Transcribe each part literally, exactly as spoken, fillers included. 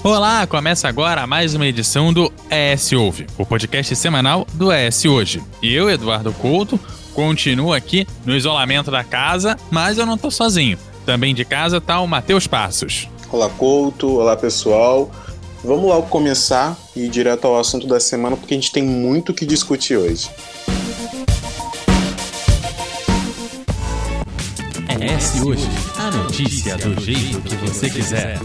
Olá, começa agora mais uma edição do E S Ouve, o podcast semanal do E S Hoje. E eu, Eduardo Couto, continuo aqui no isolamento da casa, mas eu não tô sozinho. Também de casa tá o Matheus Passos. Olá, Couto. Olá, pessoal. Vamos logo começar e ir direto ao assunto da semana, porque a gente tem muito o que discutir hoje. E S Hoje, a notícia do jeito que você quiser.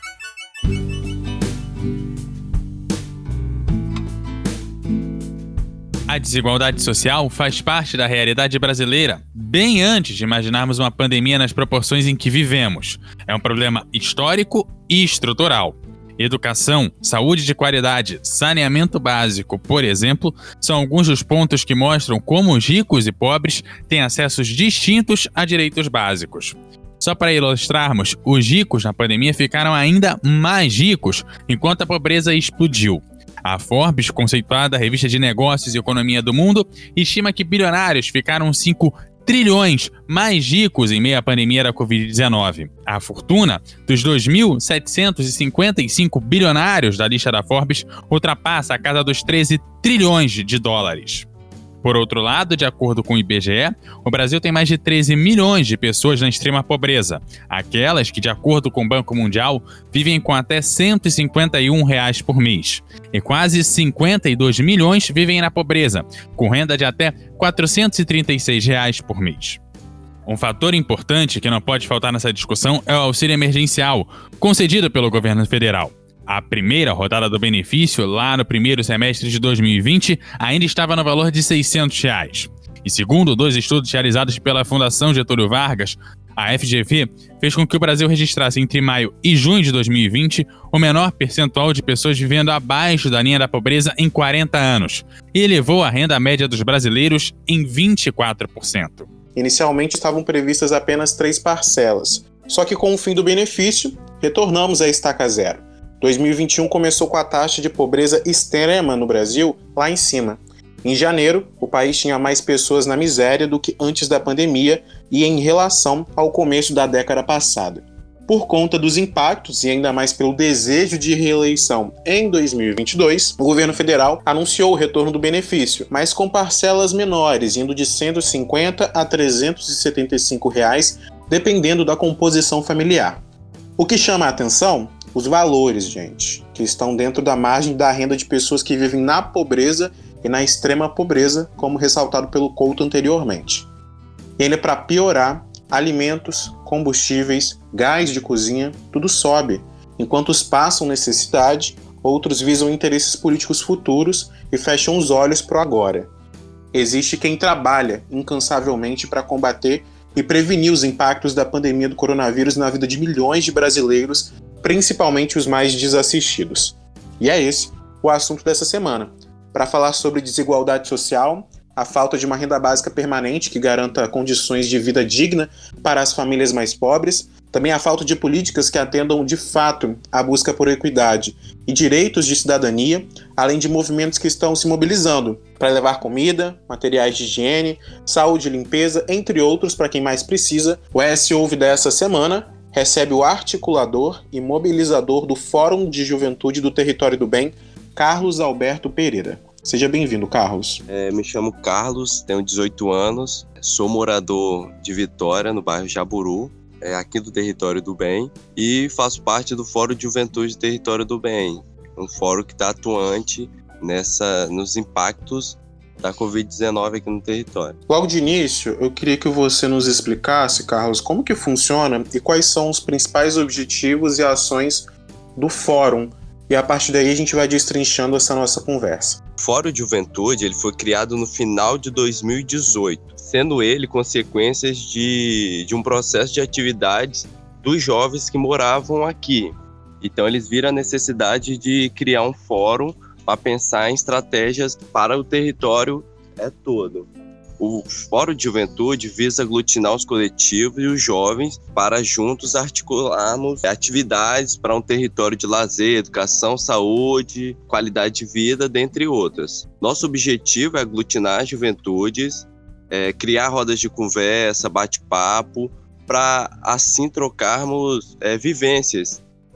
A desigualdade social faz parte da realidade brasileira, bem antes de imaginarmos uma pandemia nas proporções em que vivemos. É um problema histórico e estrutural. Educação, saúde de qualidade, saneamento básico, por exemplo, são alguns dos pontos que mostram como os ricos e pobres têm acessos distintos a direitos básicos. Só para ilustrarmos, os ricos na pandemia ficaram ainda mais ricos, enquanto a pobreza explodiu. A Forbes, conceituada revista de negócios e economia do mundo, estima que bilionários ficaram cinco trilhões mais ricos em meio à pandemia da covid dezenove. A fortuna dos dois mil setecentos e cinquenta e cinco bilionários da lista da Forbes ultrapassa a casa dos treze trilhões de dólares. Por outro lado, de acordo com o I B G E, o Brasil tem mais de treze milhões de pessoas na extrema pobreza, aquelas que, de acordo com o Banco Mundial, vivem com até cento e cinquenta e um reais por mês. E quase cinquenta e dois milhões vivem na pobreza, com renda de até quatrocentos e trinta e seis reais por mês. Um fator importante que não pode faltar nessa discussão é o auxílio emergencial, concedido pelo governo federal. A primeira rodada do benefício, lá no primeiro semestre de dois mil e vinte, ainda estava no valor de seiscentos reais. E segundo dois estudos realizados pela Fundação Getúlio Vargas, a F G V fez com que o Brasil registrasse entre maio e junho de dois mil e vinte o menor percentual de pessoas vivendo abaixo da linha da pobreza em quarenta anos, e elevou a renda média dos brasileiros em vinte e quatro por cento. Inicialmente estavam previstas apenas três parcelas, só que com o fim do benefício, retornamos à estaca zero. dois mil e vinte e um começou com a taxa de pobreza extrema no Brasil lá em cima. Em janeiro, o país tinha mais pessoas na miséria do que antes da pandemia e em relação ao começo da década passada. Por conta dos impactos e ainda mais pelo desejo de reeleição em dois mil e vinte e dois, o governo federal anunciou o retorno do benefício, mas com parcelas menores, indo de cento e cinquenta a trezentos e setenta e cinco reais, dependendo da composição familiar. O que chama a atenção? Os valores, gente, que estão dentro da margem da renda de pessoas que vivem na pobreza e na extrema pobreza, como ressaltado pelo Couto anteriormente. E ainda para piorar, alimentos, combustíveis, gás de cozinha, tudo sobe. Enquanto uns passam necessidade, outros visam interesses políticos futuros e fecham os olhos para o agora. Existe quem trabalha incansavelmente para combater e prevenir os impactos da pandemia do coronavírus na vida de milhões de brasileiros, principalmente os mais desassistidos. E é esse o assunto dessa semana. Para falar sobre desigualdade social, a falta de uma renda básica permanente que garanta condições de vida digna para as famílias mais pobres, também a falta de políticas que atendam de fato à busca por equidade e direitos de cidadania, além de movimentos que estão se mobilizando para levar comida, materiais de higiene, saúde e limpeza, entre outros para quem mais precisa. O E S Ouve dessa semana recebe o articulador e mobilizador do Fórum de Juventude do Território do Bem, Carlos Alberto Pereira. Seja bem-vindo, Carlos. É, me chamo Carlos, tenho dezoito anos, sou morador de Vitória, no bairro Jaburu, é, aqui do Território do Bem, e faço parte do Fórum de Juventude do Território do Bem, um fórum que está atuante nessa, nos impactos da covid dezenove aqui no território. Logo de início, eu queria que você nos explicasse, Carlos, como que funciona e quais são os principais objetivos e ações do fórum. E a partir daí a gente vai destrinchando essa nossa conversa. O Fórum de Juventude ele foi criado no final de dois mil e dezoito, sendo ele consequências de, de um processo de atividades dos jovens que moravam aqui. Então eles viram a necessidade de criar um fórum para pensar em estratégias para o território é todo. O Fórum de Juventude visa aglutinar os coletivos e os jovens para juntos articularmos atividades para um território de lazer, educação, saúde, qualidade de vida, dentre outras. Nosso objetivo é aglutinar as juventudes, é, criar rodas de conversa, bate-papo, para assim trocarmos é, vivências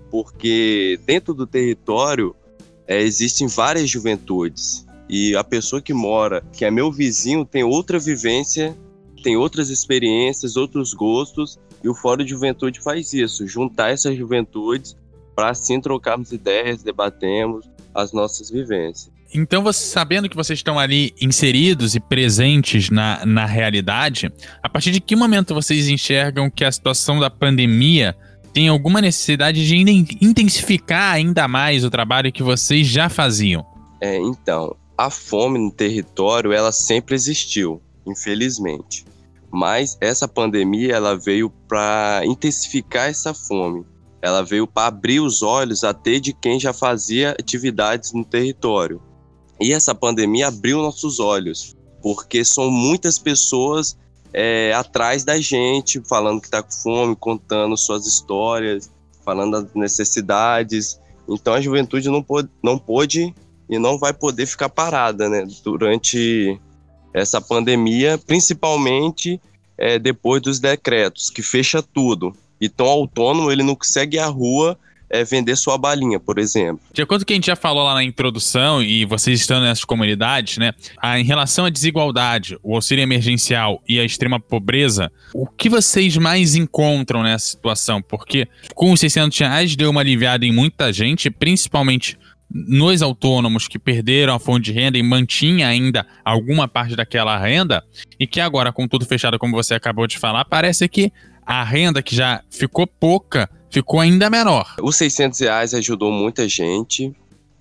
porque dentro do território é, existem várias juventudes, e a pessoa que mora, que é meu vizinho, tem outra vivência, tem outras experiências, outros gostos, e o Fórum de Juventude faz isso, juntar essas juventudes para assim trocarmos ideias, debatemos as nossas vivências. Então, você, sabendo que vocês estão ali inseridos e presentes na, na realidade, a partir de que momento vocês enxergam que a situação da pandemia tem alguma necessidade de intensificar ainda mais o trabalho que vocês já faziam? É, então, a fome no território, ela sempre existiu, infelizmente. Mas essa pandemia, ela veio para intensificar essa fome. Ela veio para abrir os olhos até de quem já fazia atividades no território. E essa pandemia abriu nossos olhos, porque são muitas pessoas é, atrás da gente, falando que está com fome, contando suas histórias, falando das necessidades. Então a juventude não pôde, não pôde e não vai poder ficar parada, né, durante essa pandemia, principalmente é, depois dos decretos, que fecha tudo. Então o autônomo ele não consegue ir à rua É vender sua balinha, por exemplo. De acordo com o que a gente já falou lá na introdução, e vocês estão nessas comunidades, né? A, em relação à desigualdade, o auxílio emergencial e a extrema pobreza, o que vocês mais encontram nessa situação? Porque com os seiscentos reais deu uma aliviada em muita gente, principalmente nos autônomos que perderam a fonte de renda e mantinha ainda alguma parte daquela renda, e que agora, com tudo fechado, como você acabou de falar, parece que a renda que já ficou pouca ficou ainda menor. Os seiscentos reais ajudou muita gente,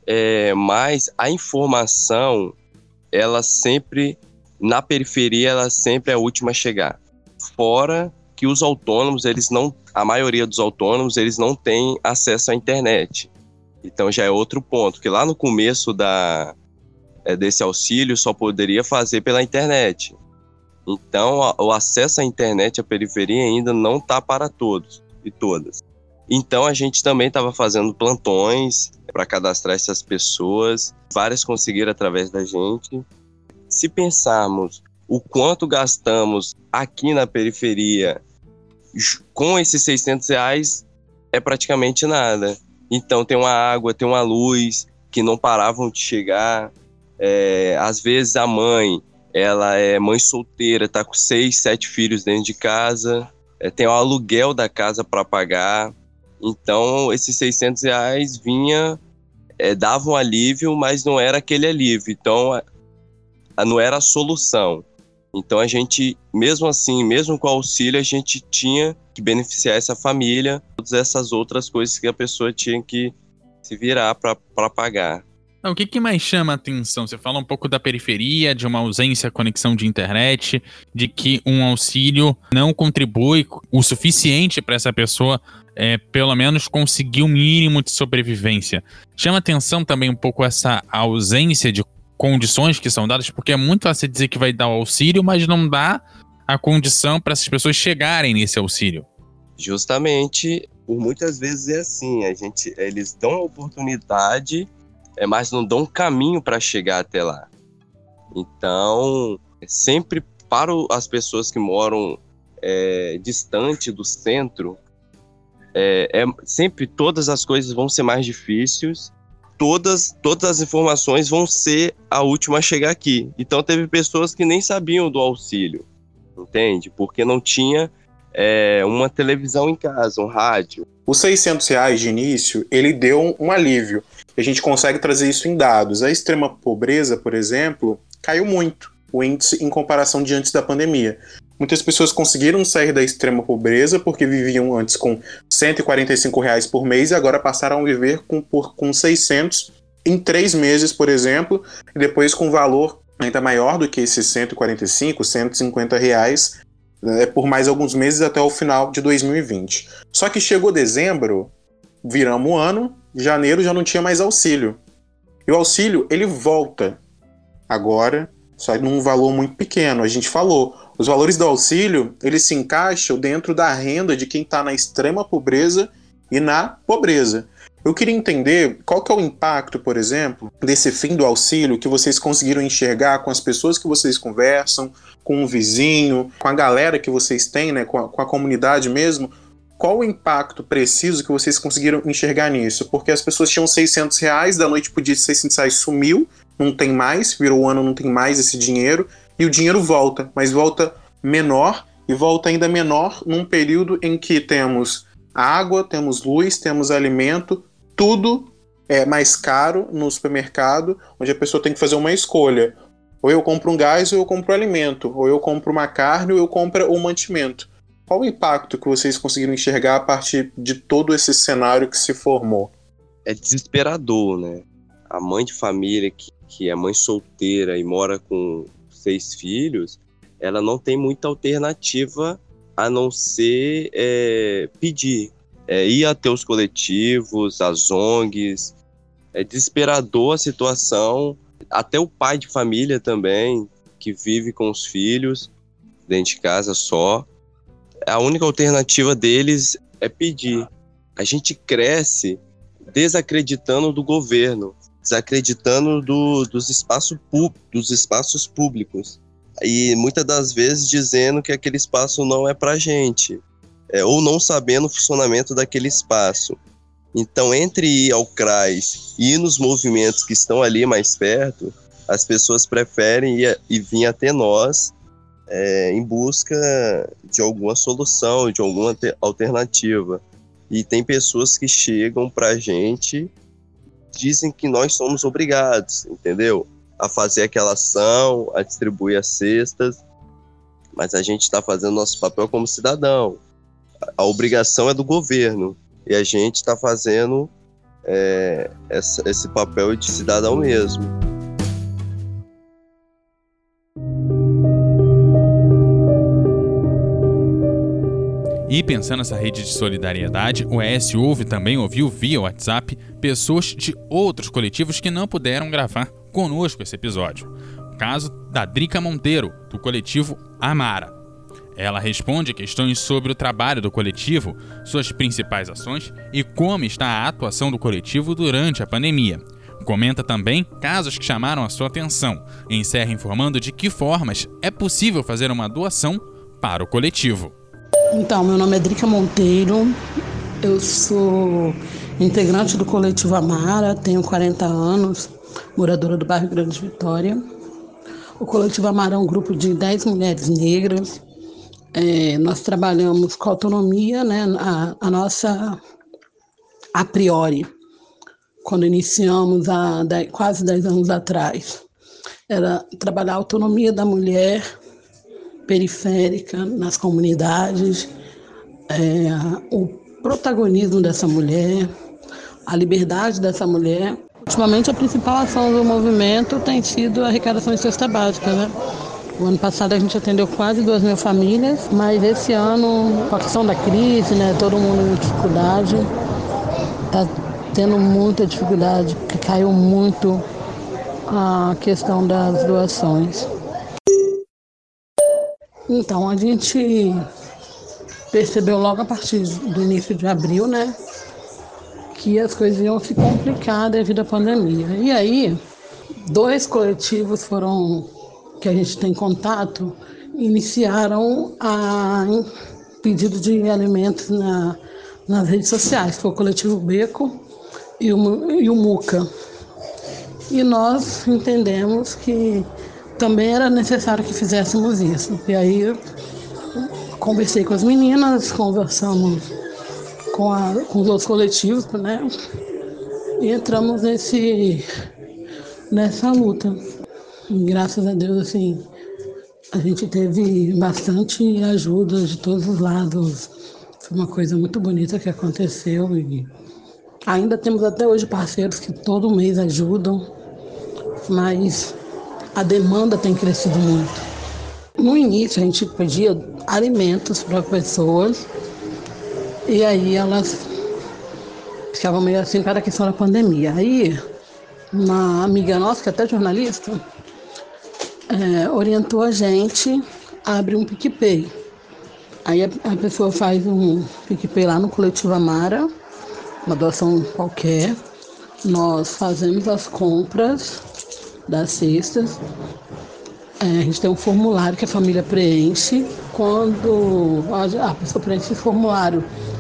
é, mas a informação, ela sempre, na periferia, ela sempre é a última a chegar. Fora que os autônomos, eles não, a maioria dos autônomos, eles não têm acesso à internet. Então já é outro ponto, que lá no começo da, é, desse auxílio só poderia fazer pela internet. Então a, o acesso à internet, à periferia ainda não está para todos e todas. Então a gente também estava fazendo plantões para cadastrar essas pessoas, várias conseguiram através da gente. Se pensarmos o quanto gastamos aqui na periferia com esses seiscentos reais, é praticamente nada. Então tem uma água, tem uma luz que não paravam de chegar. É, às vezes a mãe, ela é mãe solteira, está com seis, sete filhos dentro de casa, é, tem o aluguel da casa para pagar. Então, esses seiscentos reais vinha, é, dava um alívio, mas não era aquele alívio. Então, a, a, não era a solução. Então, a gente, mesmo assim, mesmo com o auxílio, a gente tinha que beneficiar essa família, todas essas outras coisas que a pessoa tinha que se virar para pagar. O que, que mais chama a atenção? Você fala um pouco da periferia, de uma ausência de conexão de internet, de que um auxílio não contribui o suficiente para essa pessoa, é, pelo menos, conseguir o mínimo de sobrevivência. Chama atenção também um pouco essa ausência de condições que são dadas, porque é muito fácil dizer que vai dar o auxílio, mas não dá a condição para essas pessoas chegarem nesse auxílio. Justamente, por muitas vezes é assim, a gente, eles dão a oportunidade, é, mas não dão um caminho para chegar até lá. Então, sempre para as pessoas que moram é, distante do centro, é, é, sempre todas as coisas vão ser mais difíceis, todas, todas as informações vão ser a última a chegar aqui. Então, teve pessoas que nem sabiam do auxílio, entende? Porque não tinha é, uma televisão em casa, um rádio. Os seiscentos reais de início, ele deu um alívio. A gente consegue trazer isso em dados. A extrema pobreza, por exemplo, caiu muito o índice em comparação de antes da pandemia. Muitas pessoas conseguiram sair da extrema pobreza porque viviam antes com cento e quarenta e cinco reais por mês e agora passaram a viver com, por, com seiscentos em três meses, por exemplo, e depois com valor ainda maior do que esses cento e quarenta e cinco, cento e cinquenta reais, né, por mais alguns meses até o final de dois mil e vinte. Só que chegou dezembro, viramos o ano, janeiro já não tinha mais auxílio. E o auxílio, ele volta agora, só num valor muito pequeno. A gente falou, os valores do auxílio, eles se encaixam dentro da renda de quem está na extrema pobreza e na pobreza. Eu queria entender qual que é o impacto, por exemplo, desse fim do auxílio que vocês conseguiram enxergar com as pessoas que vocês conversam, com o vizinho, com a galera que vocês têm, né, com a, com a comunidade mesmo. qual o impacto preciso que vocês conseguiram enxergar nisso? Porque as pessoas tinham seiscentos reais, da noite pro dia de seiscentos reais sumiu, não tem mais, virou o ano, não tem mais esse dinheiro, e o dinheiro volta, mas volta menor, e volta ainda menor num período em que temos água, temos luz, temos alimento, tudo é mais caro no supermercado, onde a pessoa tem que fazer uma escolha. Ou eu compro um gás ou eu compro alimento, ou eu compro uma carne ou eu compro um mantimento. Qual o impacto que vocês conseguiram enxergar a partir de todo esse cenário que se formou? É desesperador, né? A mãe de família que, que é mãe solteira e mora com seis filhos, ela não tem muita alternativa a não ser é, pedir. É, ir até os coletivos, as O N Gs. É desesperador a situação. Até o pai de família também, que vive com os filhos, dentro de casa só. A única alternativa deles é pedir. A gente cresce desacreditando do governo, desacreditando do, dos, espaço pu- dos espaços públicos. E muitas das vezes dizendo que aquele espaço não é pra gente, é, ou não sabendo o funcionamento daquele espaço. Então, entre ir ao CRAS e ir nos movimentos que estão ali mais perto, as pessoas preferem ir, ir vir até nós é, em busca de alguma solução, de alguma te- alternativa. E tem pessoas que chegam pra gente, dizem que nós somos obrigados, entendeu? A fazer aquela ação, a distribuir as cestas, mas a gente está fazendo nosso papel como cidadão. A obrigação é do governo, e a gente está fazendo é, essa, esse papel de cidadão mesmo. E pensando nessa rede de solidariedade, o E S ouve também ouviu via WhatsApp pessoas de outros coletivos que não puderam gravar conosco esse episódio. O caso da Drica Monteiro, do coletivo Amara. Ela responde questões sobre o trabalho do coletivo, suas principais ações e como está a atuação do coletivo durante a pandemia. Comenta também casos que chamaram a sua atenção e encerra informando de que formas é possível fazer uma doação para o coletivo. Então, meu nome é Drica Monteiro, eu sou integrante do coletivo Amara, tenho quarenta anos, moradora do bairro Grande Vitória. O coletivo Amara é um grupo de dez mulheres negras. É, nós trabalhamos com autonomia, né, a, a nossa, a priori, quando iniciamos há dez, quase dez anos atrás, era trabalhar a autonomia da mulher periférica nas comunidades, é, o protagonismo dessa mulher, a liberdade dessa mulher. Ultimamente, a principal ação do movimento tem sido a arrecadação de cesta básica, né? O ano passado a gente atendeu quase duas mil famílias, mas esse ano, com a questão da crise, né, todo mundo em dificuldade, está tendo muita dificuldade, porque caiu muito a questão das doações. Então, a gente percebeu logo a partir do início de abril, né, que as coisas iam se complicar devido à pandemia. E aí, dois coletivos foram... que a gente tem contato, iniciaram a pedido de alimentos na, nas redes sociais. Foi o Coletivo Beco e o, e o Muca. E nós entendemos que também era necessário que fizéssemos isso. E aí eu conversei com as meninas, conversamos com, a, com os outros coletivos, né? E entramos nesse, nessa luta. Graças a Deus, assim, a gente teve bastante ajuda de todos os lados. Foi uma coisa muito bonita que aconteceu e ainda temos até hoje parceiros que todo mês ajudam, mas a demanda tem crescido muito. No início, a gente pedia alimentos para pessoas e aí elas ficavam meio assim para a questão da pandemia. Aí, uma amiga nossa, que é até jornalista, É, orientou a gente a abrir um PicPay. Aí a, a pessoa faz um PicPay lá no Coletivo Amara, uma doação qualquer. Nós fazemos as compras das cestas. É, a gente tem um formulário que a família preenche. Quando a, a pessoa preenche esse formulário,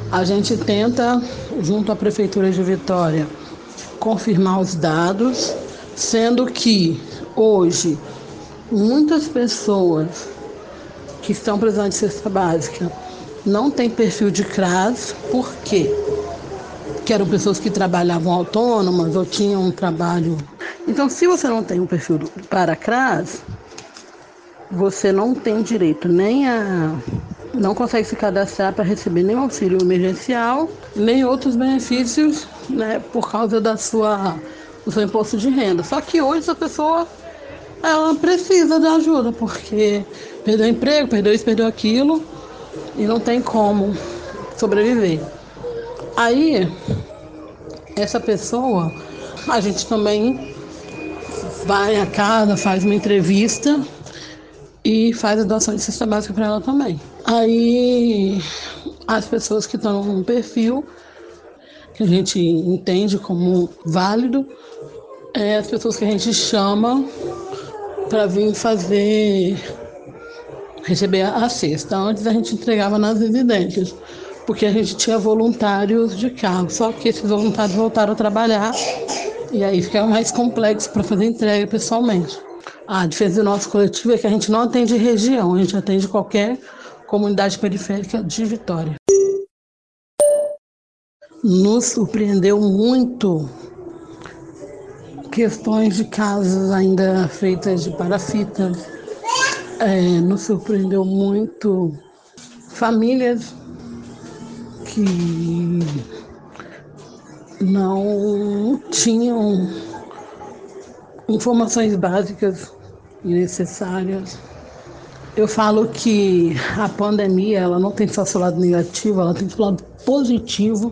A gente tenta, junto à Prefeitura de Vitória, confirmar os dados, sendo que hoje muitas pessoas que estão precisando de cesta básica não têm perfil de C R A S, por quê? Que eram pessoas que trabalhavam autônomas ou tinham um trabalho. Então, se você não tem um perfil para C R A S, você não tem direito nem a... não consegue se cadastrar para receber nem auxílio emergencial, nem outros benefícios, né, por causa da sua, do seu imposto de renda. Só que hoje essa pessoa, ela precisa de ajuda, porque perdeu o emprego, perdeu isso, perdeu aquilo, e não tem como sobreviver. Aí, essa pessoa, a gente também vai à casa, faz uma entrevista e faz a doação de cesta básica para ela também. Aí, as pessoas que estão no perfil, que a gente entende como válido, é as pessoas que a gente chama para vir fazer, receber a cesta. Antes a gente entregava nas residências, porque a gente tinha voluntários de carro, só que esses voluntários voltaram a trabalhar e aí fica mais complexo para fazer entrega pessoalmente. A diferença do nosso coletivo é que a gente não atende região, a gente atende qualquer comunidade periférica de Vitória. Nos surpreendeu muito questões de casas ainda feitas de parafitas, é, nos surpreendeu muito famílias que não tinham informações básicas e necessárias. Eu falo que a pandemia, ela não tem só seu lado negativo, ela tem seu lado positivo,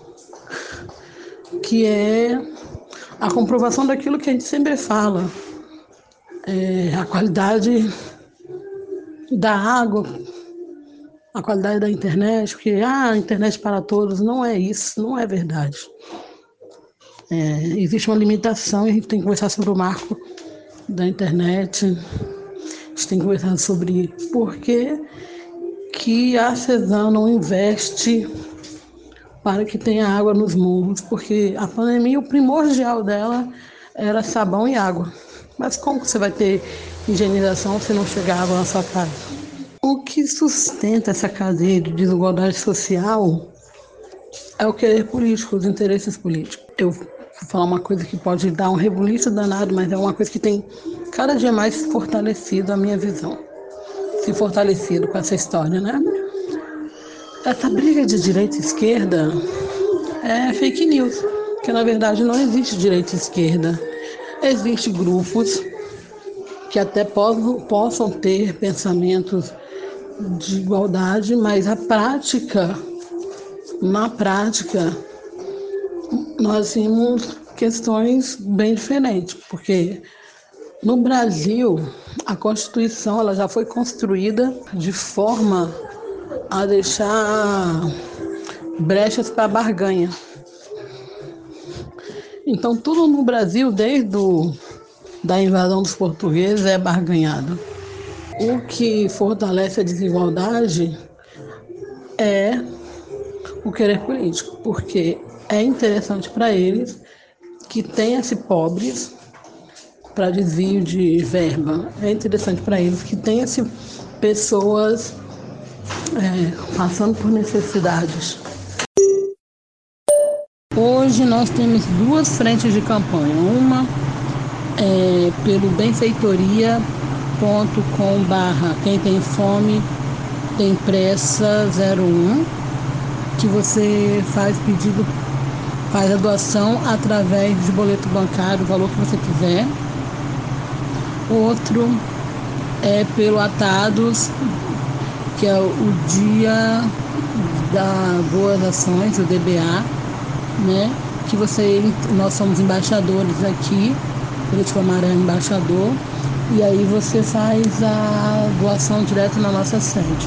que é a comprovação daquilo que a gente sempre fala, é a qualidade da água, a qualidade da internet, porque ah, a internet para todos, não é isso, não é verdade. É, existe uma limitação e a gente tem que conversar sobre o marco da internet, a gente tem que conversar sobre por que, que a Cesan não investe para que tenha água nos morros, porque a pandemia, o primordial dela era sabão e água. Mas como você vai ter higienização se não chegar água na sua casa? O que sustenta essa cadeia de desigualdade social é o querer político, os interesses políticos. Eu vou falar uma coisa que pode dar um rebuliço danado, mas é uma coisa que tem cada dia mais fortalecido a minha visão. Se fortalecido com essa história, né? Essa briga de direita e esquerda é fake news, porque na verdade não existe direita e esquerda. Existem grupos que até possam, possam ter pensamentos de igualdade, mas a prática, na prática, nós temos questões bem diferentes, porque no Brasil a Constituição ela já foi construída de forma a deixar brechas para barganha. Então tudo no Brasil, desde o, da invasão dos portugueses, é barganhado. O que fortalece a desigualdade é o querer político, porque é interessante para eles que tenha-se pobres para desvio de verba. É interessante para eles que tenha-se pessoas é, passando por necessidades. Hoje nós temos duas frentes de campanha. Uma é pelo benfeitoria ponto com barra quem tem fome tem pressa zero um, que você faz pedido, faz a doação através de boleto bancário, o valor que você quiser. Outro é pelo Atados, que é o Dia da Boas Ações, o D B A, né? Que você, nós somos embaixadores aqui, o Coletivo Amarelo é embaixador, e aí você faz a doação direto na nossa sede.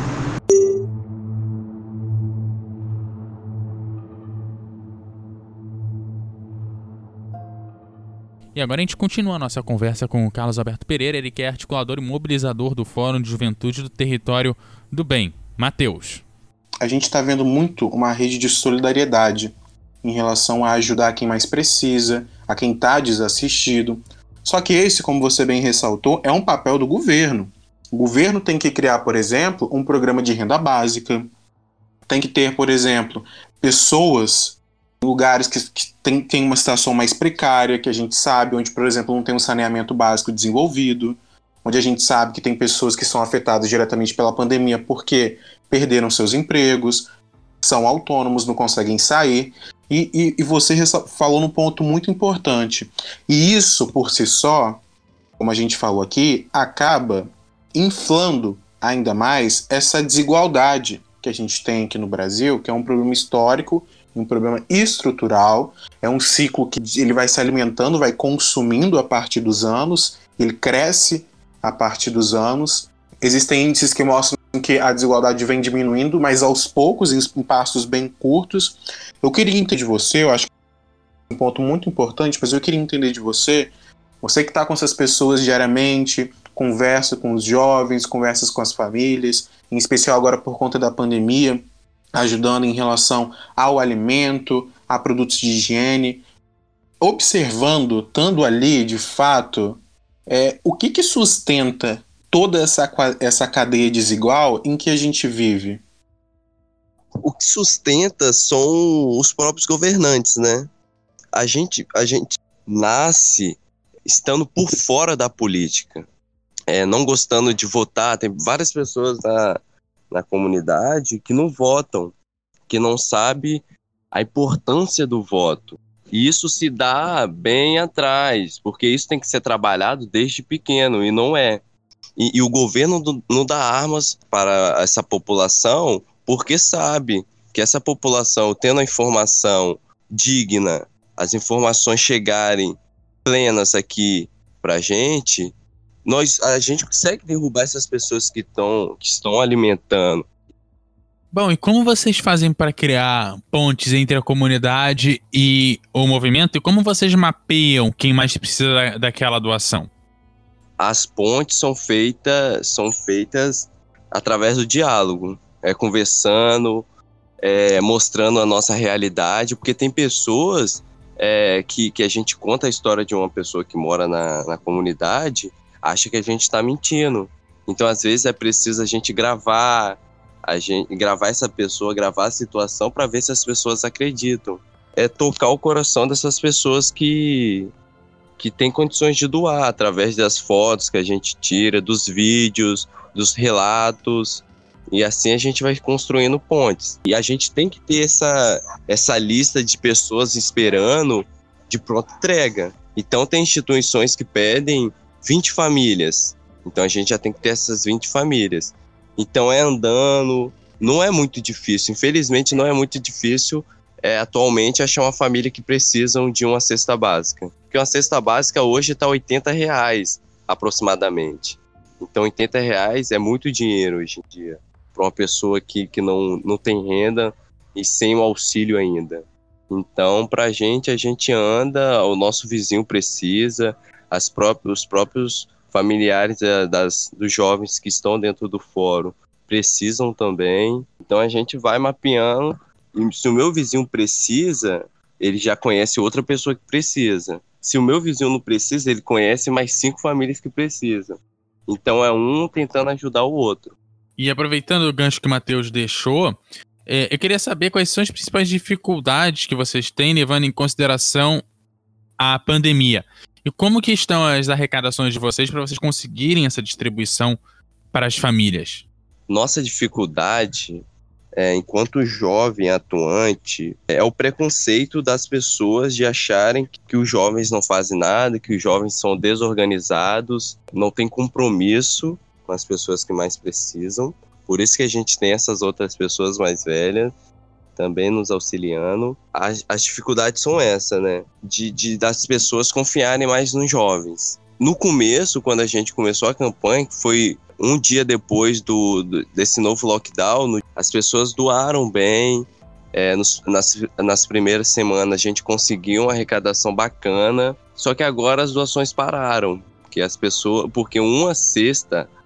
E agora a gente continua a nossa conversa com o Carlos Alberto Pereira, ele que é articulador e mobilizador do Fórum de Juventude do Território do Bem. Matheus. a gente está vendo muito uma rede de solidariedade em relação a ajudar quem mais precisa, a quem está desassistido. Só que esse, como você bem ressaltou, é um papel do governo. O governo tem que criar, por exemplo, um programa de renda básica, tem que ter, por exemplo, pessoas em lugares que, que tem, tem uma situação mais precária, que a gente sabe, onde, por exemplo, não tem um saneamento básico desenvolvido, onde a gente sabe que tem pessoas que são afetadas diretamente pela pandemia porque perderam seus empregos, são autônomos, não conseguem sair. E, e, e você falou num ponto muito importante. E isso, por si só, como a gente falou aqui, acaba inflando ainda mais essa desigualdade que a gente tem aqui no Brasil, que é um problema histórico, um problema estrutural, é um ciclo que ele vai se alimentando, vai consumindo a partir dos anos, ele cresce a partir dos anos. Existem índices que mostram que a desigualdade vem diminuindo, mas aos poucos, em passos bem curtos. Eu queria entender de você, eu acho que é um ponto muito importante, mas eu queria entender de você, você que está com essas pessoas diariamente, conversa com os jovens, conversa com as famílias, em especial agora por conta da pandemia, ajudando em relação ao alimento, a produtos de higiene, observando, estando ali, de fato, é, o que, que sustenta toda essa, essa cadeia desigual em que a gente vive? O que sustenta são os próprios governantes, né? A gente, a gente nasce estando por fora da política, é, não gostando de votar. Tem várias pessoas na, na comunidade que não votam, que não sabem a importância do voto. E isso se dá bem atrás, porque isso tem que ser trabalhado desde pequeno, e não é. E, e o governo do, não dá armas para essa população, porque sabe que essa população, tendo a informação digna, as informações chegarem plenas aqui para a gente, nós, a gente consegue derrubar essas pessoas que, tão, que estão alimentando. Bom, e como vocês fazem para criar pontes entre a comunidade e o movimento? E como vocês mapeiam quem mais precisa da, daquela doação? As pontes são feitas, são feitas através do diálogo, é, conversando, é, mostrando a nossa realidade, porque tem pessoas é, que, que a gente conta a história de uma pessoa que mora na, na comunidade, acha que a gente está mentindo. Então, às vezes, é preciso a gente gravar, a gente gravar essa pessoa, gravar a situação para ver se as pessoas acreditam. É tocar o coração dessas pessoas que, que têm condições de doar, através das fotos que a gente tira, dos vídeos, dos relatos, e assim a gente vai construindo pontes. E a gente tem que ter essa, essa lista de pessoas esperando de pronta entrega. Então tem instituições que pedem vinte famílias, então a gente já tem que ter essas vinte famílias. Então é andando, não é muito difícil, infelizmente não é muito difícil é, atualmente achar uma família que precisam de uma cesta básica. Porque uma cesta básica hoje está oitenta reais aproximadamente. Então oitenta reais é muito dinheiro hoje em dia, para uma pessoa que, que não, não tem renda e sem o auxílio ainda. Então pra gente, a gente anda, o nosso vizinho precisa, as próprias, os próprios familiares das, dos jovens que estão dentro do fórum precisam também. Então a gente vai mapeando, e se o meu vizinho precisa, ele já conhece outra pessoa que precisa. Se o meu vizinho não precisa, ele conhece mais cinco famílias que precisam. Então é um tentando ajudar o outro. E aproveitando o gancho que o Matheus deixou, é, eu queria saber quais são as principais dificuldades que vocês têm levando em consideração a pandemia. E como que estão as arrecadações de vocês para vocês conseguirem essa distribuição para as famílias? Nossa dificuldade, é, enquanto jovem atuante, é o preconceito das pessoas de acharem que os jovens não fazem nada, que os jovens são desorganizados, não têm compromisso com as pessoas que mais precisam. Por isso que a gente tem essas outras pessoas mais velhas também nos auxiliando. As, as dificuldades são essas, né? De, de das pessoas confiarem mais nos jovens. No começo, quando a gente começou a campanha, que foi um dia depois do, do, desse novo lockdown, as pessoas doaram bem. É, nos, nas, nas primeiras semanas a gente conseguiu uma arrecadação bacana, só que agora as doações pararam, porque as pessoas, porque uma cesta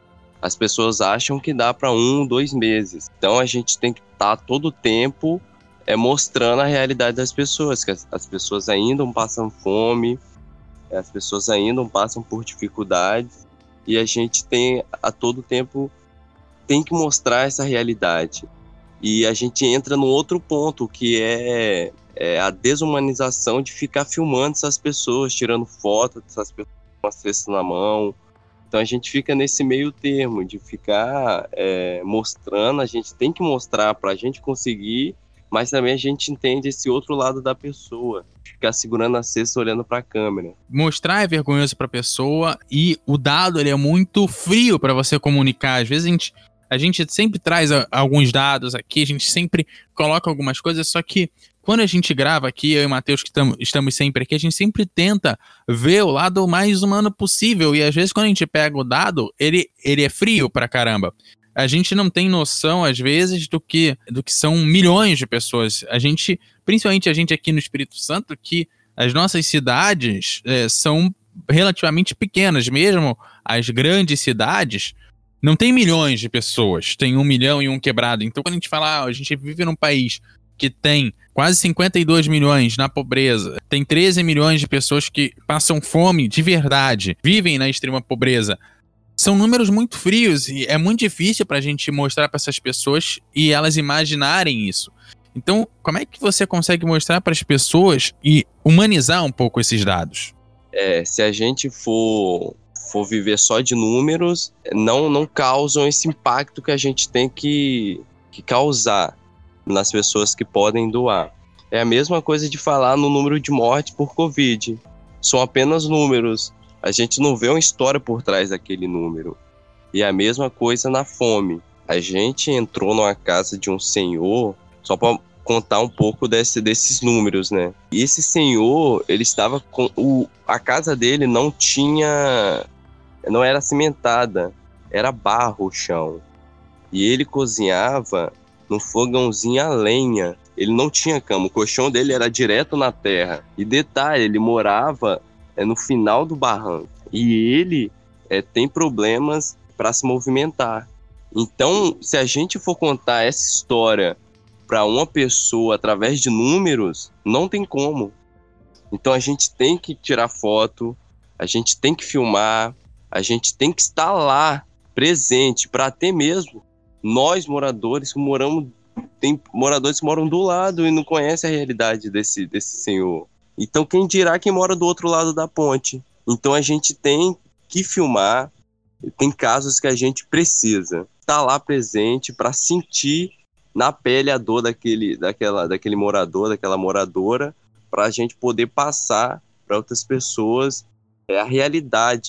as pessoas acham que dá para um, dois meses. Então a gente tem que estar todo o tempo é, mostrando a realidade das pessoas, que as, as pessoas ainda passam fome, as pessoas ainda passam por dificuldades, e a gente tem a todo tempo tem que mostrar essa realidade. E a gente entra num outro ponto, que é, é a desumanização de ficar filmando essas pessoas, tirando foto dessas pessoas com a cesta na mão. Então a gente fica nesse meio termo, de ficar é, mostrando, a gente tem que mostrar para a gente conseguir, mas também a gente entende esse outro lado da pessoa, ficar segurando a cesta olhando para a câmera. Mostrar é vergonhoso para a pessoa, e o dado ele é muito frio para você comunicar. Às vezes a gente, a gente sempre traz a, alguns dados aqui, a gente sempre coloca algumas coisas, só que quando a gente grava aqui, eu e o Matheus, que tam, estamos sempre aqui, a gente sempre tenta ver o lado mais humano possível, e às vezes quando a gente pega o dado, ele, ele é frio pra caramba. A gente não tem noção, às vezes, do que, do que são milhões de pessoas. A gente, principalmente a gente aqui no Espírito Santo, que as nossas cidades é, são relativamente pequenas, mesmo as grandes cidades não tem milhões de pessoas, tem um milhão e um quebrado. Então quando a gente fala, ah, a gente vive num país que tem quase cinquenta e dois milhões na pobreza, tem treze milhões de pessoas que passam fome de verdade, vivem na extrema pobreza. São números muito frios e é muito difícil pra gente mostrar para essas pessoas e elas imaginarem isso. Então, como é que você consegue mostrar para as pessoas e humanizar um pouco esses dados? É, se a gente for, for viver só de números, não, não causam esse impacto que a gente tem que, que causar nas pessoas que podem doar. É a mesma coisa de falar no número de mortes por Covid. São apenas números. A gente não vê uma história por trás daquele número. E a mesma coisa na fome. A gente entrou numa casa de um senhor, só para contar um pouco desse, desses números, né? E esse senhor, ele estava com... O, a casa dele não tinha... Não era cimentada, era barro o chão. E ele cozinhava num fogãozinho a lenha. Ele não tinha cama, o colchão dele era direto na terra. E detalhe, ele morava é, no final do barranco. E ele é, tem problemas para se movimentar. Então, se a gente for contar essa história para uma pessoa através de números, não tem como. Então a gente tem que tirar foto, a gente tem que filmar, a gente tem que estar lá, presente, para até mesmo nós moradores que moramos, tem moradores que moram do lado e não conhecem a realidade desse, desse senhor. Então quem dirá quem mora do outro lado da ponte? Então a gente tem que filmar, tem casos que a gente precisa estar lá presente para sentir na pele a dor daquele, daquela, daquele morador, daquela moradora, para a gente poder passar para outras pessoas é, a realidade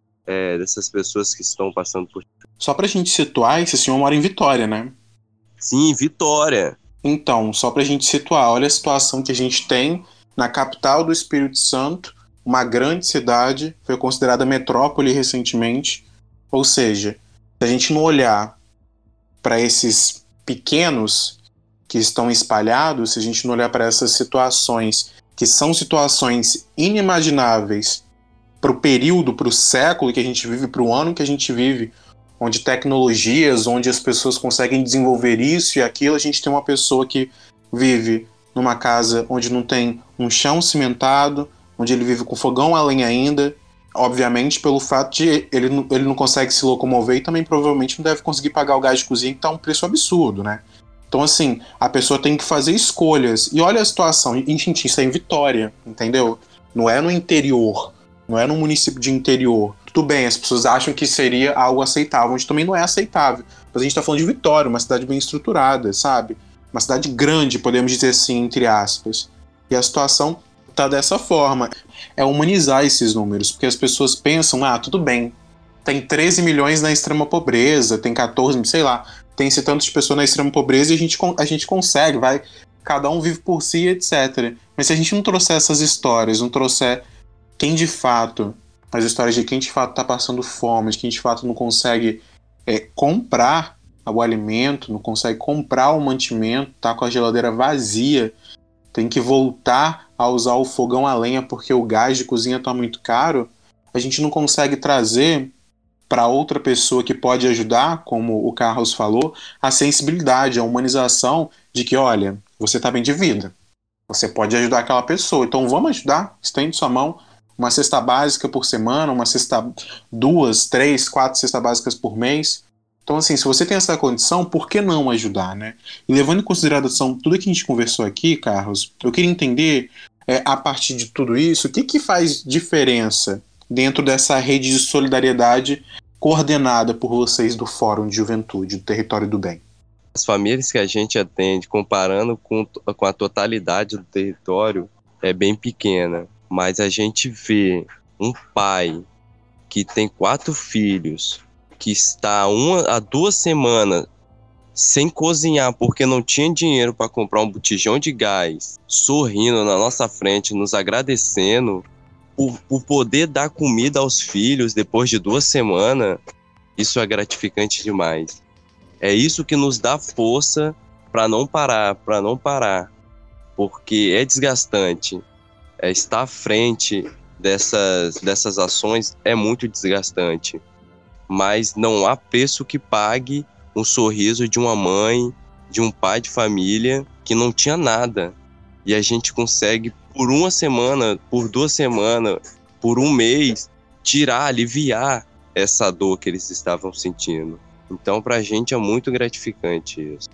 é, dessas pessoas que estão passando por... Só pra gente situar, esse senhor mora em Vitória, né? Sim, Vitória. Então, só pra gente situar, olha a situação que a gente tem na capital do Espírito Santo, uma grande cidade, foi considerada metrópole recentemente. Ou seja, se a gente não olhar para esses pequenos que estão espalhados, se a gente não olhar para essas situações, que são situações inimagináveis para o período, para o século que a gente vive, para o ano que a gente vive, onde tecnologias, onde as pessoas conseguem desenvolver isso e aquilo, a gente tem uma pessoa que vive numa casa onde não tem um chão cimentado, onde ele vive com fogão a lenha ainda, obviamente pelo fato de ele, ele não consegue se locomover e também provavelmente não deve conseguir pagar o gás de cozinha, que tá um preço absurdo, né? Então assim, a pessoa tem que fazer escolhas. E olha a situação, gente, isso é em Vitória, entendeu? Não é no interior, não é no município de interior. Tudo bem, as pessoas acham que seria algo aceitável, onde também não é aceitável. Mas a gente tá falando de Vitória, uma cidade bem estruturada, sabe? Uma cidade grande, podemos dizer assim, entre aspas. E a situação tá dessa forma. É humanizar esses números, porque as pessoas pensam, ah, tudo bem, tem treze milhões na extrema pobreza, tem catorze, sei lá, tem esse tanto de pessoas na extrema pobreza e a gente, a gente consegue, vai, cada um vive por si, etcétera. Mas se a gente não trouxer essas histórias, não trouxer quem de fato, as histórias de quem de fato tá passando fome, de quem de fato não consegue é, comprar o alimento, não consegue comprar o mantimento, tá com a geladeira vazia, tem que voltar a usar o fogão a lenha porque o gás de cozinha está muito caro, a gente não consegue trazer para outra pessoa que pode ajudar, como o Carlos falou, a sensibilidade, a humanização de que, olha, você está bem de vida, você pode ajudar aquela pessoa, então vamos ajudar, estende sua mão, uma cesta básica por semana, uma cesta, duas, três, quatro cestas básicas por mês. Então, assim, se você tem essa condição, por que não ajudar, né? E levando em consideração tudo que a gente conversou aqui, Carlos, eu queria entender, é, a partir de tudo isso, o que, que faz diferença dentro dessa rede de solidariedade coordenada por vocês do Fórum de Juventude do Território do Bem? As famílias que a gente atende, comparando com, com a totalidade do território, é bem pequena. Mas a gente vê um pai que tem quatro filhos, que está uma, há duas semanas sem cozinhar porque não tinha dinheiro para comprar um botijão de gás, sorrindo na nossa frente, nos agradecendo por, por poder dar comida aos filhos depois de duas semanas. Isso é gratificante demais. É isso que nos dá força para não parar, para não parar, porque é desgastante. É, estar à frente dessas, dessas ações é muito desgastante, mas não há preço que pague um sorriso de uma mãe, de um pai de família que não tinha nada, e a gente consegue por uma semana, por duas semanas, por um mês, tirar, aliviar essa dor que eles estavam sentindo. Então, pra gente é muito gratificante isso.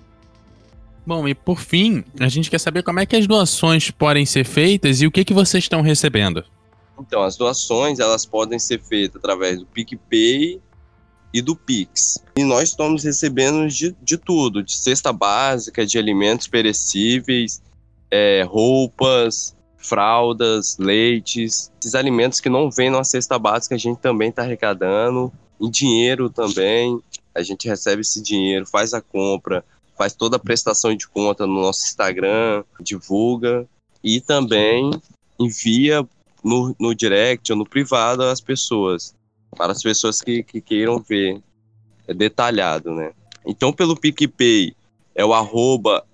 Bom, e por fim, a gente quer saber como é que as doações podem ser feitas e o que, que vocês estão recebendo. Então, as doações, elas podem ser feitas através do PicPay e do Pix. E nós estamos recebendo de, de tudo, de cesta básica, de alimentos perecíveis, é, roupas, fraldas, leites. Esses alimentos que não vêm numa cesta básica, a gente também está arrecadando. Em dinheiro também, a gente recebe esse dinheiro, faz a compra, faz toda a prestação de conta no nosso Instagram, divulga e também envia no, no direct ou no privado às pessoas, para as pessoas que, que queiram ver é detalhado, né? Então, pelo PicPay é o arroba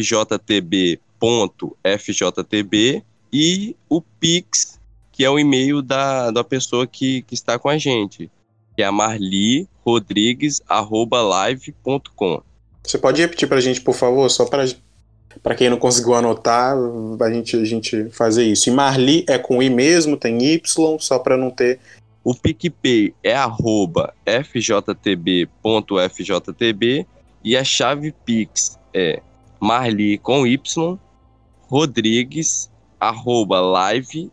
fjtb ponto fjtb e o Pix, que é o e-mail da, da pessoa que, que está com a gente, que é a marli rodrigues arroba live ponto com. Você pode repetir pra gente, por favor, só para para quem não conseguiu anotar, a gente, a gente fazer isso. E Marli é com I mesmo, tem Y, só para não ter... O PicPay é arroba fjtb ponto fjtb e a chave Pix é Marli com Y, Rodrigues, arroba live,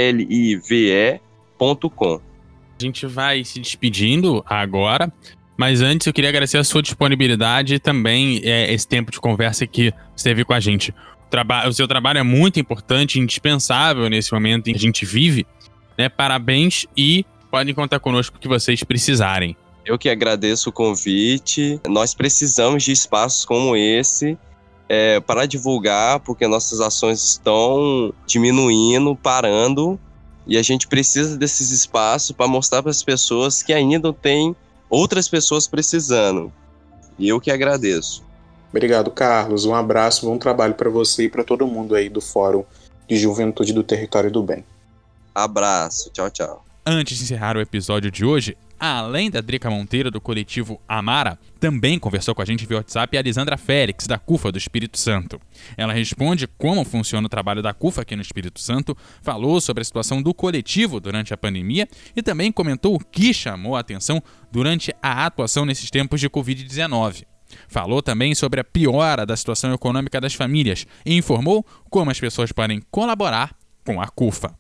L-I-V-E, ponto com. A gente vai se despedindo agora, mas antes eu queria agradecer a sua disponibilidade e também é, esse tempo de conversa que você teve com a gente. O, traba- o seu trabalho é muito importante, indispensável nesse momento em que a gente vive, né? Parabéns e podem contar conosco o que vocês precisarem. Eu que agradeço o convite. Nós precisamos de espaços como esse é, para divulgar, porque nossas ações estão diminuindo, parando, e a gente precisa desses espaços para mostrar para as pessoas que ainda tem outras pessoas precisando. E eu que agradeço. Obrigado, Carlos. Um abraço, bom trabalho para você e para todo mundo aí do Fórum de Juventude do Território do Bem. Abraço. Tchau, tchau. Antes de encerrar o episódio de hoje, além da Drica Monteiro, do coletivo Amara, também conversou com a gente via WhatsApp a Lisandra Félix, da CUFA do Espírito Santo. Ela responde como funciona o trabalho da CUFA aqui no Espírito Santo, falou sobre a situação do coletivo durante a pandemia e também comentou o que chamou a atenção durante a atuação nesses tempos de covid dezenove. Falou também sobre a piora da situação econômica das famílias e informou como as pessoas podem colaborar com a CUFA.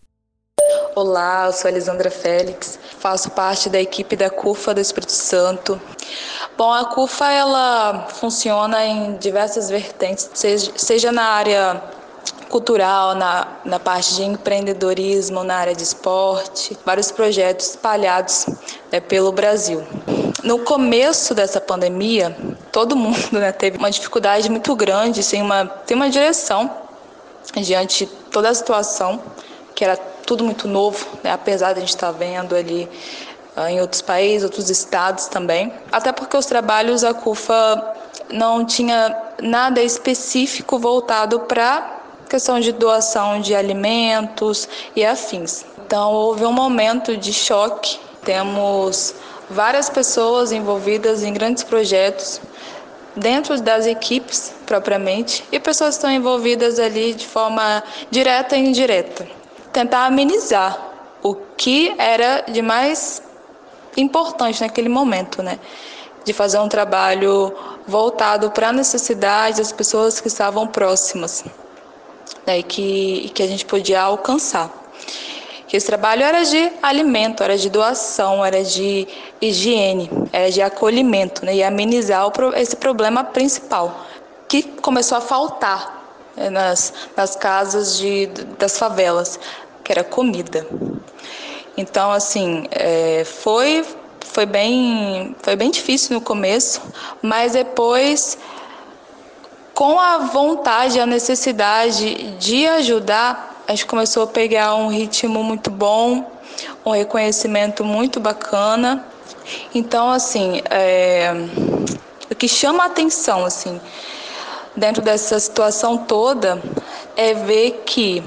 Olá, eu sou a Lisandra Félix, faço parte da equipe da CUFA do Espírito Santo. Bom, a CUFA ela funciona em diversas vertentes, seja, seja na área cultural, na, na parte de empreendedorismo, na área de esporte, vários projetos espalhados né, pelo Brasil. No começo dessa pandemia, todo mundo né, teve uma dificuldade muito grande, sem uma, sem uma direção diante de toda a situação, que era tudo muito novo, né? Apesar de a gente estar vendo ali uh, em outros países, outros estados também. Até porque os trabalhos da CUFA não tinha nada específico voltado para questão de doação de alimentos e afins. Então houve um momento de choque. Temos várias pessoas envolvidas em grandes projetos, dentro das equipes propriamente, e pessoas que estão envolvidas ali de forma direta e indireta. Tentar amenizar o que era de mais importante naquele momento, né? De fazer um trabalho voltado para a necessidade das pessoas que estavam próximas, né? E que, e que a gente podia alcançar. Que esse trabalho era de alimento, era de doação, era de higiene, era de acolhimento, né? E amenizar o, esse problema principal, que começou a faltar, né, nas, nas casas de, das favelas, que era comida. Então, assim, é, foi, foi, bem, foi bem difícil no começo, mas depois, com a vontade, a necessidade de ajudar, a gente começou a pegar um ritmo muito bom, um reconhecimento muito bacana. Então, assim, é, o que chama a atenção, assim, dentro dessa situação toda, é ver que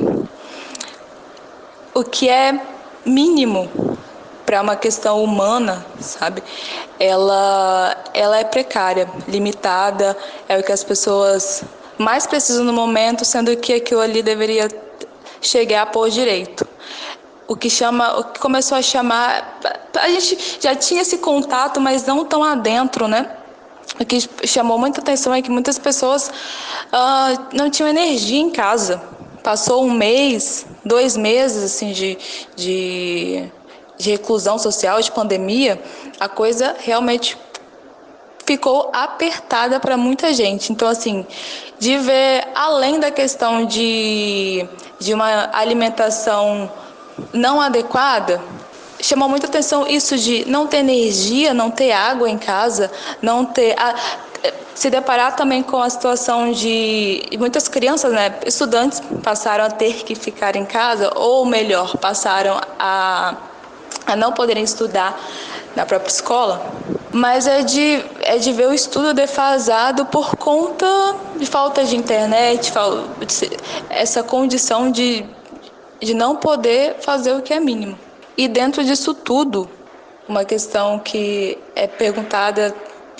o que é mínimo para uma questão humana, sabe, ela, ela é precária, limitada, é o que as pessoas mais precisam no momento, sendo que aquilo ali deveria chegar por direito. O que chama, o que começou a chamar, a gente já tinha esse contato, mas não tão adentro, né? O que chamou muita atenção é que muitas pessoas uh, não tinham energia em casa. Passou um mês, dois meses assim de, de, de reclusão social, de pandemia, a coisa realmente ficou apertada para muita gente. Então, assim, de ver além da questão de, de uma alimentação não adequada, chamou muita atenção isso de não ter energia, não ter água em casa, não ter... A, se deparar também com a situação de muitas crianças, né, estudantes passaram a ter que ficar em casa, ou melhor, passaram a, a não poderem estudar na própria escola, mas é de, é de ver o estudo defasado por conta de falta de internet, essa condição de, de não poder fazer o que é mínimo. E dentro disso tudo, uma questão que é perguntada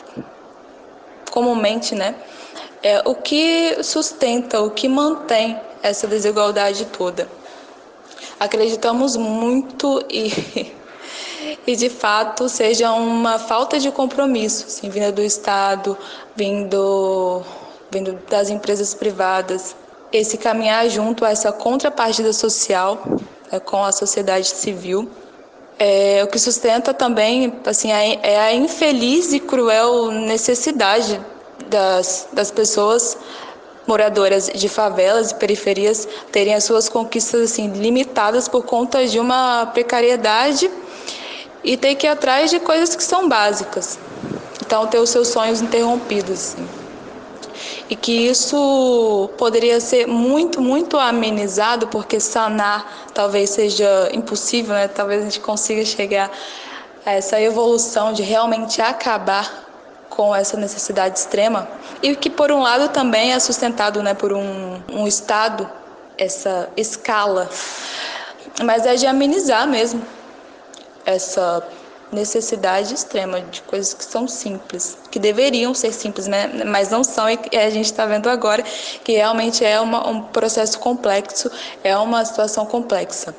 comumente, né, é o que sustenta, o que mantém essa desigualdade toda. Acreditamos muito e, e de fato seja uma falta de compromisso, assim, vinda do Estado, vindo, vindo das empresas privadas, esse caminhar junto a essa contrapartida social, é, com a sociedade civil. É, o que sustenta também, assim, é a infeliz e cruel necessidade das, das pessoas moradoras de favelas e periferias terem as suas conquistas assim, limitadas por conta de uma precariedade e ter que ir atrás de coisas que são básicas. Então, ter os seus sonhos interrompidos. Assim. E que isso poderia ser muito, muito amenizado, porque sanar talvez seja impossível, né? Talvez a gente consiga chegar a essa evolução de realmente acabar com essa necessidade extrema. E que, por um lado, também é sustentado, né, por um, um Estado, essa escala, mas é de amenizar mesmo essa necessidade extrema de coisas que são simples, que deveriam ser simples, né? Mas não são, e a gente está vendo agora que realmente é uma, um processo complexo, é uma situação complexa.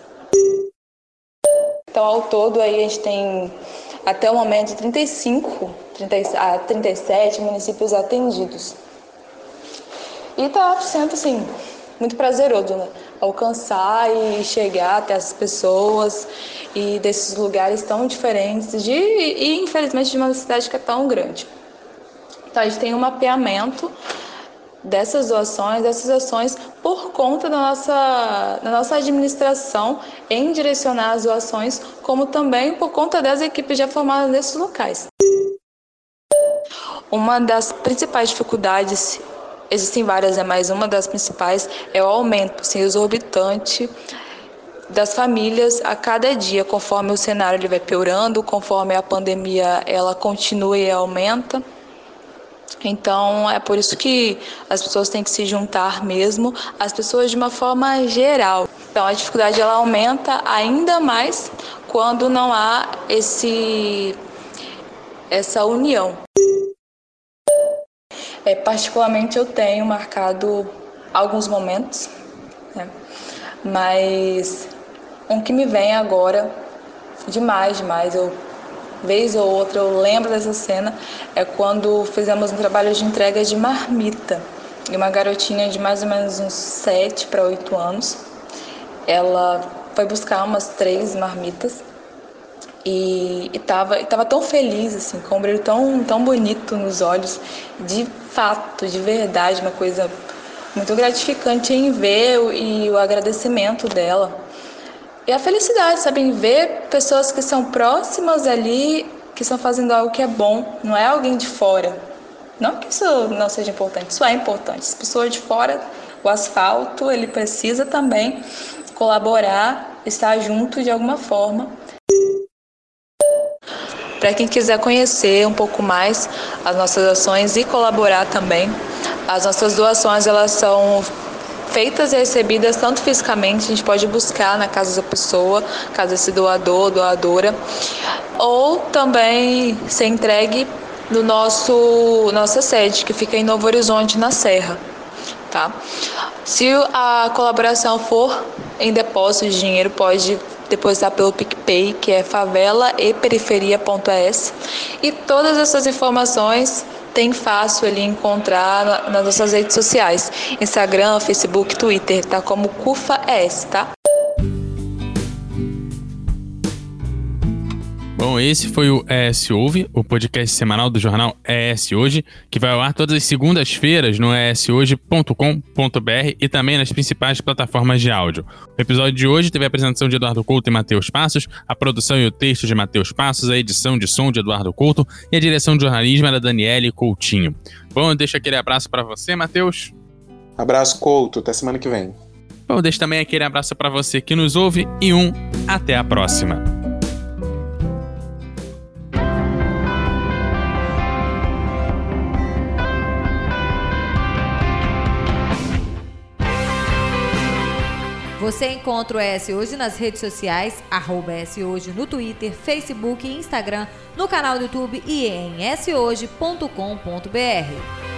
Então, ao todo, aí a gente tem, até o momento, trinta e cinco a trinta e sete municípios atendidos. E está sendo, assim, muito prazeroso, né? Alcançar e chegar até as pessoas e desses lugares tão diferentes de, e, infelizmente, de uma cidade que é tão grande. Então, a gente tem um mapeamento dessas doações, dessas ações, por conta da nossa, da nossa administração em direcionar as doações, como também por conta das equipes já formadas nesses locais. Uma das principais dificuldades, existem várias, né, mas uma das principais é o aumento assim, exorbitante das famílias a cada dia, conforme o cenário ele vai piorando, conforme a pandemia ela continua e aumenta. Então, é por isso que as pessoas têm que se juntar mesmo, as pessoas de uma forma geral. Então, a dificuldade ela aumenta ainda mais quando não há esse essa união. É, particularmente eu tenho marcado alguns momentos, né? Mas um que me vem agora, demais, demais, eu, vez ou outra eu lembro dessa cena, é quando fizemos um trabalho de entrega de marmita. E uma garotinha de mais ou menos uns sete para oito anos, ela foi buscar umas três marmitas e estava e tava tão feliz, assim, com um brilho tão, tão bonito nos olhos, de fato, de verdade, uma coisa muito gratificante em ver e o agradecimento dela. E a felicidade, sabe, em ver pessoas que são próximas ali, que estão fazendo algo que é bom, não é alguém de fora. Não que isso não seja importante, isso é importante. As pessoas de fora, o asfalto, ele precisa também colaborar, estar junto de alguma forma. Para quem quiser conhecer um pouco mais as nossas ações e colaborar também, as nossas doações elas são feitas e recebidas tanto fisicamente, a gente pode buscar na casa da pessoa, caso desse doador, doadora, ou também ser entregue no nosso nossa sede, que fica em Novo Horizonte, na Serra, tá? Se a colaboração for em depósito de dinheiro, pode depositar pelo PicPay, que é favela e periferia ponto a s. E todas essas informações tem fácil ali encontrar nas nossas redes sociais, Instagram, Facebook, Twitter, tá? Como CUFA E S, tá? Bom, esse foi o E S Ouve, o podcast semanal do jornal E S Hoje, que vai ao ar todas as segundas-feiras no e s hoje ponto com ponto b r e também nas principais plataformas de áudio. O episódio de hoje teve a apresentação de Eduardo Couto e Matheus Passos, a produção e o texto de Matheus Passos, a edição de som de Eduardo Couto e a direção de jornalismo era da Daniele Coutinho. Bom, eu deixo aquele abraço para você, Matheus. Abraço, Couto. Até semana que vem. Bom, eu deixo também aquele abraço para você que nos ouve e um até a próxima. Você encontra o E S Hoje nas redes sociais, arroba E S Hoje no Twitter, Facebook e Instagram, no canal do YouTube e em s hoje ponto com ponto b r.